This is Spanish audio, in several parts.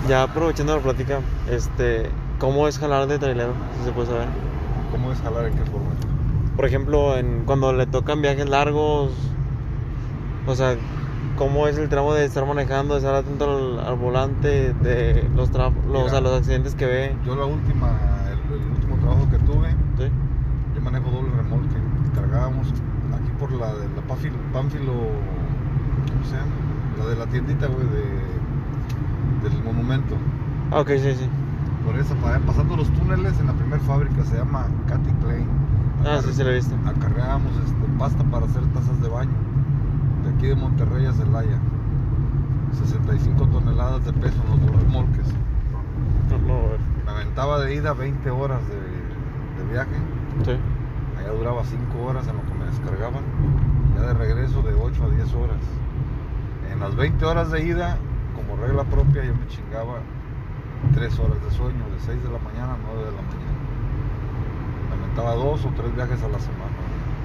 Ya aprovechando la plática, ¿cómo es jalar de trailero? Si se puede saber. ¿Cómo es jalar? ¿En qué forma? Por ejemplo, cuando le tocan viajes largos, o sea, ¿cómo es el tramo de estar manejando, de estar atento al volante, de los Mira, los accidentes que ve? Yo el último trabajo que tuve, ¿Sí? yo manejo doble remolque. Cargábamos aquí por la de la Pánfilo, ¿cómo se llama? La de la tiendita, güey, del monumento. Ah, ok, sí, sí. Por eso, pasando los túneles en la primera fábrica, se llama Cathy Klein. Ah, sí, sí lo he visto. Acarreábamos pasta para hacer tazas de baño. De aquí de Monterrey a Celaya. 65 toneladas de peso en los dos remolques. Me aventaba de ida 20 horas de viaje. Sí. Allá duraba 5 horas en lo que me descargaban. Ya de regreso de 8 a 10 horas. En las 20 horas de ida, como regla propia, yo me chingaba 3 horas de sueño, de 6 de la mañana a 9 de la mañana. Me aventaba 2 o 3 viajes a la semana.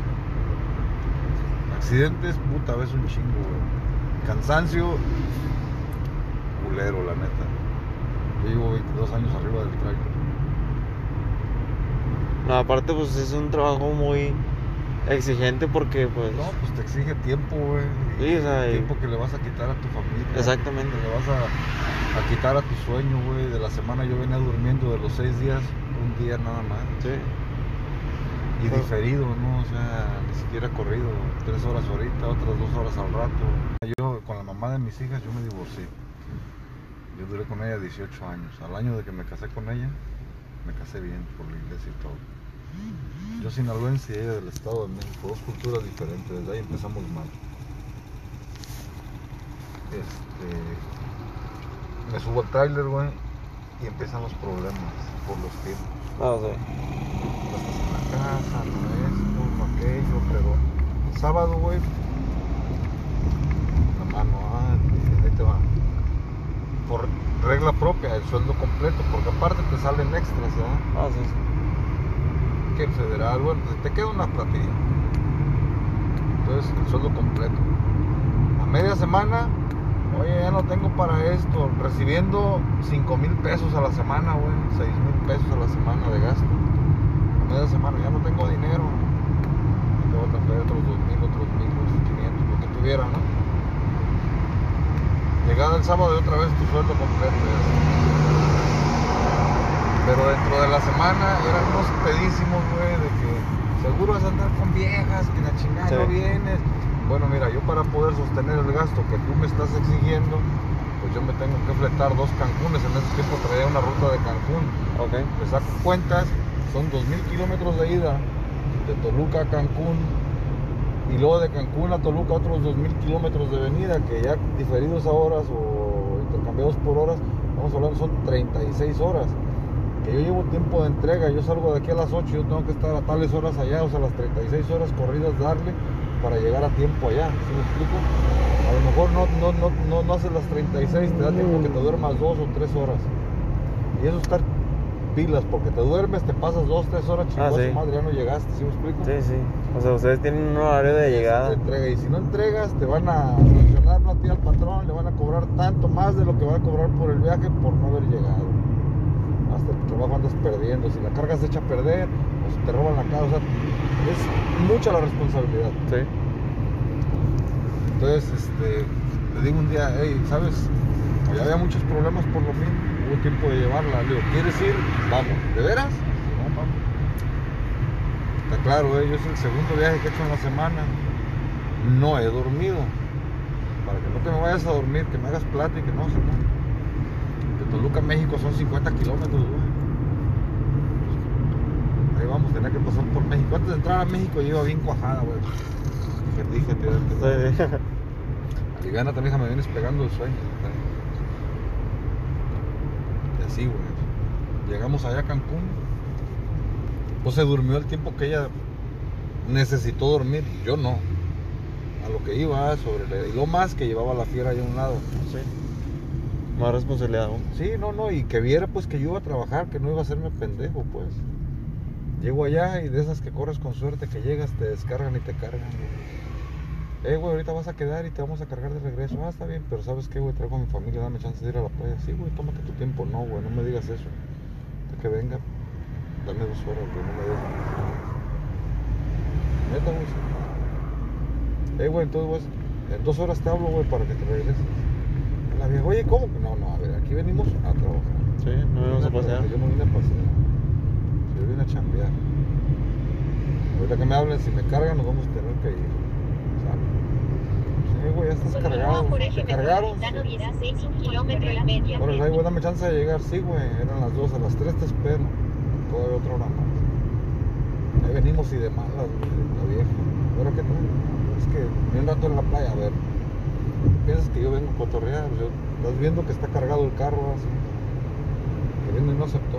Accidentes, puta, ves un chingo, güey. Cansancio, culero, la neta. Yo llevo 22 años arriba del trailer. No, aparte, pues es un trabajo muy exigente porque, pues. No, pues te exige tiempo, güey. Sí, o sea, tiempo que le vas a quitar a tu familia. Exactamente. Que le vas a quitar a tu sueño, güey. De la semana yo venía durmiendo de los 6 días, un día nada más. Sí. Y diferido, ¿no? O sea, ni siquiera corrido. 3 horas ahorita, otras 2 horas al rato. Yo, con la mamá de mis hijas, yo me divorcié. Yo duré con ella 18 años. Al año de que me casé con ella, me casé bien por la iglesia y todo. Yo sinaloense y ella del Estado de México, dos culturas diferentes, desde ahí empezamos mal. Me subo al tráiler, güey, y empiezan los problemas por los tiempos. Ah, sí. No estás en la casa, no esto, no aquello, pero el sábado, güey, la mano, ahí te va. Por regla propia, el sueldo completo, porque aparte te salen extras, ¿verdad? Ah, sí, sí. Que el federal, bueno, te queda una platilla. Entonces, el sueldo completo. A media semana, oye, ya no tengo para esto, recibiendo 5,000 pesos a la semana, güey, 6,000 pesos a la semana de gasto. A media semana, ya no tengo dinero. Te voy a transferir otros 2,000, otros 1,000, otros 500, lo que tuviera, ¿no? Llegada el sábado y otra vez tu sueldo completo. Pero dentro de la semana eran unos pedísimos, güey, de que seguro vas a andar con viejas, que la chingada sí. No vienes. Bueno, mira, yo para poder sostener el gasto que tú me estás exigiendo, pues yo me tengo que fletar 2 Cancunes. En ese tiempo traía una ruta de Cancún. Ok. Te saco cuentas, son 2,000 kilómetros de ida, de Toluca a Cancún, y luego de Cancún a Toluca otros 2,000 kilómetros de venida, que ya diferidos a horas o intercambiados por horas, vamos hablando, son 36 horas. Que yo llevo tiempo de entrega, yo salgo de aquí a las 8, yo tengo que estar a tales horas allá, o sea, las 36 horas corridas darle para llegar a tiempo allá, ¿sí me explico? A lo mejor no haces las 36, te da tiempo que te duermas 2 o 3 horas. Y eso estar pilas, porque te duermes, te pasas 2 o 3 horas, chingón, sí. Su madre, ya no llegaste, ¿sí me explico? Sí, sí. O sea, ustedes tienen un horario de llegada. De entrega, y si no entregas, te van a sancionar, no a ti, al patrón, le van a cobrar tanto más de lo que va a cobrar por el viaje por no haber llegado. Hasta el trabajo andas perdiendo, si la carga se echa a perder o si te roban la casa, o sea, es mucha la responsabilidad. Sí. Entonces, le digo un día, hey, ¿sabes? Ya había muchos problemas por lo mismo, hubo tiempo de llevarla. Le digo, ¿quieres ir? Vamos. ¿De veras? No, vamos. Está claro, yo es el segundo viaje que he hecho en la semana. No he dormido. Para que no te me vayas a dormir, que me hagas plata y que no, si no. De Toluca a México son 50 kilómetros, güey. Ahí vamos, tenía que pasar por México. Antes de entrar a México yo iba bien cuajada, güey. Dije, Aliviana también, me vienes pegando el sueño. Y así, güey. Llegamos allá a Cancún. Pues se durmió el tiempo que ella necesitó dormir. Yo no. A lo que iba, y lo más que llevaba la fiera ahí a un lado. Sí. Más responsabilidad aún. Sí, no, y que viera pues que yo iba a trabajar, que no iba a hacerme pendejo, pues. Llego allá y de esas que corres con suerte, que llegas, te descargan y te cargan. Güey, ahorita vas a quedar y te vamos a cargar de regreso. Ah, está bien, pero ¿sabes qué, güey? Traigo a mi familia, dame chance de ir a la playa. Sí, güey, tómate tu tiempo. No, güey, no me digas eso. De que venga, dame 2 horas, güey, no me digas. Neta, güey. Güey, entonces, güey, en 2 horas te hablo, güey, para que te regreses. La vieja, oye, ¿cómo? No, a ver, aquí venimos a trabajar. Sí, no venimos a pasear. Yo no vine a pasear. Yo vine a chambear. Ahorita que me hablen, si me cargan, nos vamos a tener que ir. Sí, güey, ya estás cargado. ¿Te cargaron? Sí. Ahora, güey, dame chance de llegar. Sí, güey, eran las 2, a las 3 te espero. Todavía otra hora más. Ahí venimos y de malas, güey, la vieja. ¿Ahora qué trae? Es que vi un rato en la playa, a ver. Piensas que yo vengo a cotorrear. Estás viendo que está cargado el carro, así. Que viene y no aceptó.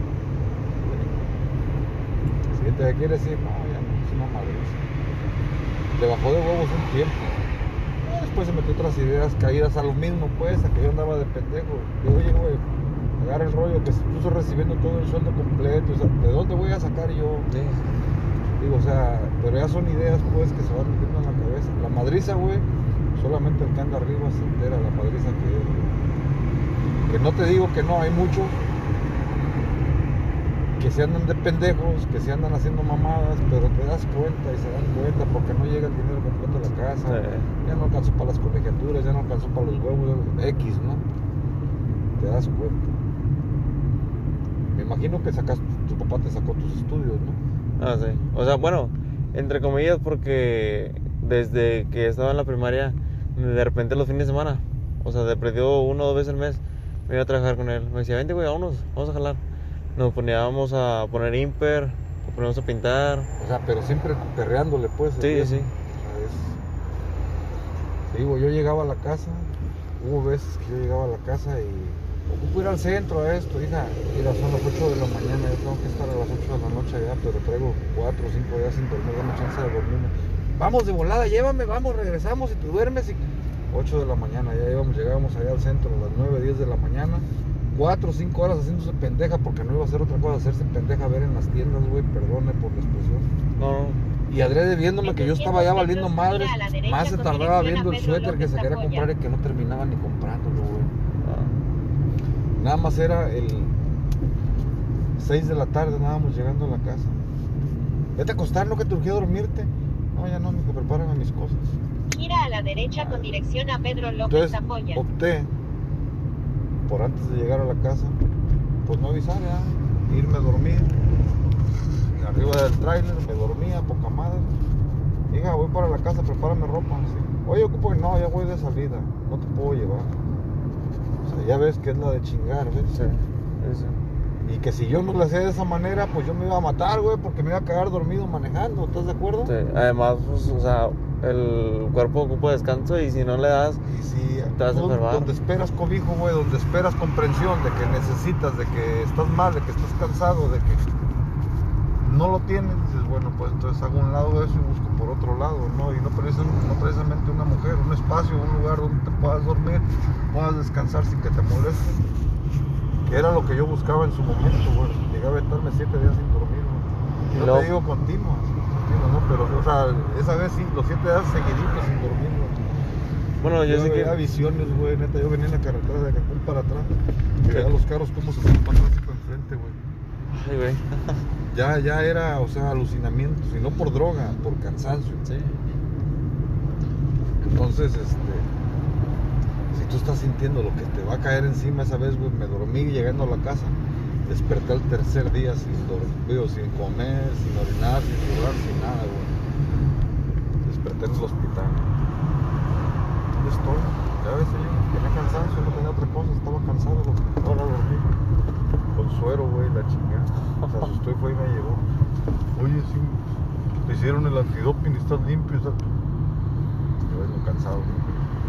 Siguiente que quiere decir, no, ya no, es una madriza. Le bajó de huevos un tiempo. Después se metió otras ideas caídas a lo mismo, pues, a que yo andaba de pendejo. Digo, oye, güey, agarra el rollo que se puso recibiendo todo el sueldo completo. O sea, ¿de dónde voy a sacar yo? Sí. Digo, o sea, pero ya son ideas, pues, que se van metiendo en la cabeza. La madriza, güey, solamente el que anda arriba se entera la madriza que es. Que no te digo que no, hay muchos que se andan de pendejos, que se andan haciendo mamadas, pero te das cuenta y se dan cuenta porque no llega el dinero completo a la casa. Sí. Ya no alcanzó para las colegiaturas, ya no alcanzó para los huevos, X, ¿no? Te das cuenta. Me imagino que tu papá te sacó tus estudios, ¿no? Ah, sí. O sea, bueno, entre comillas, porque desde que estaba en la primaria, de repente los fines de semana, o sea, de perdido 1 o 2 veces al mes, me iba a trabajar con él. Me decía, vente, güey, vámonos, vamos a jalar. Nos poníamos a poner imper, nos poníamos a pintar. O sea, pero siempre perreándole, pues. Sí, sí. O sea, te digo, yo llegaba a la casa, hubo veces que yo llegaba a la casa y ocupo ir al centro a esto, hija, mira, son las 8 de la mañana, yo tengo que estar a las 8 de la noche allá, pero traigo 4 o 5 días sin dormir, dame chance de dormirme. Vamos de volada, llévame, vamos, regresamos y tú duermes. 8 de la mañana, ya llegábamos allá al centro a las 9, 10 de la mañana. 4 o 5 horas haciéndose pendeja porque no iba a hacer otra cosa, hacerse pendeja a ver en las tiendas, güey, perdone por la expresión. No. Y adrede viéndome que yo estaba ya valiendo madres, más se tardaba viendo el suéter que se quería comprar y que no terminaba ni comprándolo, güey. Nada más era el 6 de la tarde, andábamos llegando a la casa. Vete a acostar, ¿no que te urgía dormirte? No, ya no, mijo, prepárame mis cosas. Gira a la derecha con dirección a Pedro López Entonces, Zapoya. opté por antes de llegar a la casa, pues no avisar, ya, irme a dormir arriba del tráiler, me dormía, poca madre. Hija, voy para la casa, prepárame ropa. Así. Oye, ocupo, no, ya voy de salida, no te puedo llevar. O sea, ya ves que es la de chingar, ¿ves? Sí, sí. Y que si yo no lo hacía de esa manera, pues yo me iba a matar, güey, porque me iba a quedar dormido manejando, ¿estás de acuerdo? Sí. Además, pues, o sea, el cuerpo ocupa descanso y si no le das, Y si te vas a enfermar. donde esperas cobijo, güey, donde esperas comprensión de que necesitas, de que estás mal, de que estás cansado, de que no lo tienes, dices, bueno, pues entonces hago un lado de eso y busco por otro lado, ¿no? Y no precisamente una mujer, un espacio, un lugar donde te puedas dormir, puedas descansar sin que te moleste. Que era lo que yo buscaba en su momento, güey. Llegaba a estarme 7 días sin dormir, güey. Y No luego- te digo continuo, ¿no? Pero, o sea, esa vez sí, los 7 días seguiditos sin dormir, güey. Bueno, yo sé veía que... visiones, güey, neta, yo venía en la carretera de Cancún para atrás y veía los carros cómo se fueron para atrás y para enfrente, güey. Ay, güey. Ya era, o sea, alucinamientos, y no por droga, por cansancio. Sí. Entonces, si tú estás sintiendo lo que te va a caer encima esa vez, güey, me dormí llegando a la casa, desperté el tercer día sin dormir, sin comer, sin orinar, sin sudar, sin nada, güey. Desperté en el hospital. ¿Dónde estoy? Ya ves, yo tenía cansancio, no tenía otra cosa, estaba cansado, ahora dormí. Con suero, güey, la chingada. Se asustó y fue y me llevó. Oye, sí, te hicieron el antidoping y estás limpio. ¿Sabes? Yo vengo cansado, güey.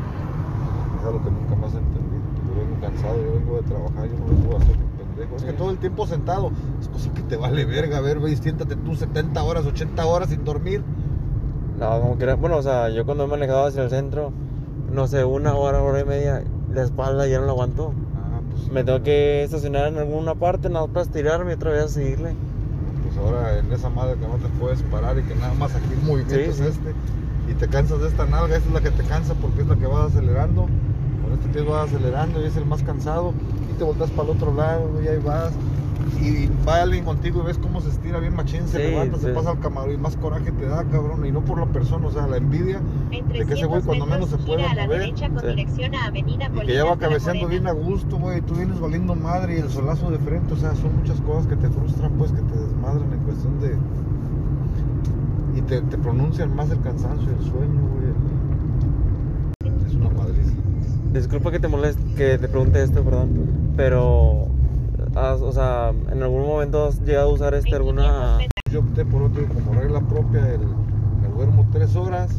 Es algo que nunca más he entendido. Yo vengo cansado, yo vengo de trabajar, yo no vengo a hacer un pendejo. Es que todo el tiempo sentado, es cosa que te vale verga. A ver, güey, siéntate tú 70 horas, 80 horas sin dormir. No, como quiera. Bueno, o sea, yo cuando he manejado hacia el centro, no sé, 1 hora, 1 hora y media, la espalda ya no la aguanto. Pues, Me tengo que estacionar en alguna parte, nada más para estirarme y otra vez a seguirle. Pues ahora en esa madre que no te puedes parar y que nada más aquí el movimiento Sí, es sí. y te cansas de esta nalga, esa es la que te cansa porque es la que vas acelerando. Con este pie vas acelerando y es el más cansado. Y te volteas para el otro lado y ahí vas. Y va alguien contigo y ves cómo se estira bien machín, se levanta, se pasa al camarote y más coraje te da, cabrón. Y no por la persona, o sea, la envidia de que ese güey cuando menos se puede mover. Y que ya va cabeceando bien a gusto, güey. Tú vienes valiendo madre y el solazo de frente, o sea, son muchas cosas que te frustran, pues, que te desmadran en cuestión de... Y te pronuncian más el cansancio, el sueño, güey. Es una madriza. Disculpa que te moleste, que te pregunte esto, perdón, pero, o sea, ¿en algún momento has llegado a usar alguna...? Yo opté por otro como regla propia, me duermo 3 horas.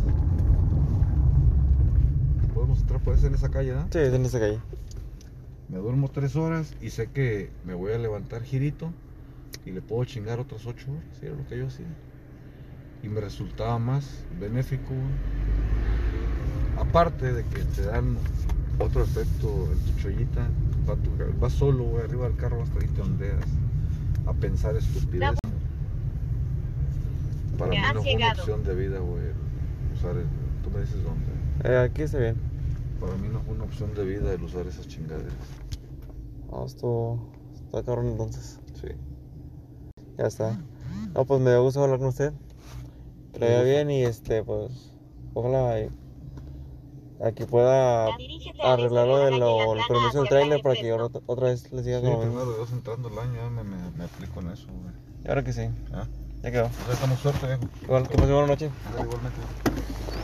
Podemos entrar, puede ser en esa calle, ¿no? Sí, es en esa calle. Me duermo 3 horas y sé que me voy a levantar girito y le puedo chingar otras 8 horas, ¿sí? Era lo que yo hacía. Y me resultaba más benéfico, aparte de que te dan otro efecto en tu chollita. Vas solo, güey, arriba del carro, hasta ahí te ondeas a pensar estupidez. Para mí no fue una opción de vida, güey, usar tú me dices dónde. Aquí está bien. Para mí no fue una opción de vida el usar esas chingaderas. No, está cabrón entonces. Sí. Ya está. No, pues me dio gusto hablar con usted. Que le vaya bien y pues ojalá aquí pueda arreglar lo del permiso del trailer para que otra vez le siga Sí, con lo primero mismo. Dios, entrando el año ya me aplico en eso, güey. Y ahora que sí. ¿Ah? Ya quedó. Ya estamos suerte, viejo. Igual, que pase buena noche. Igualmente.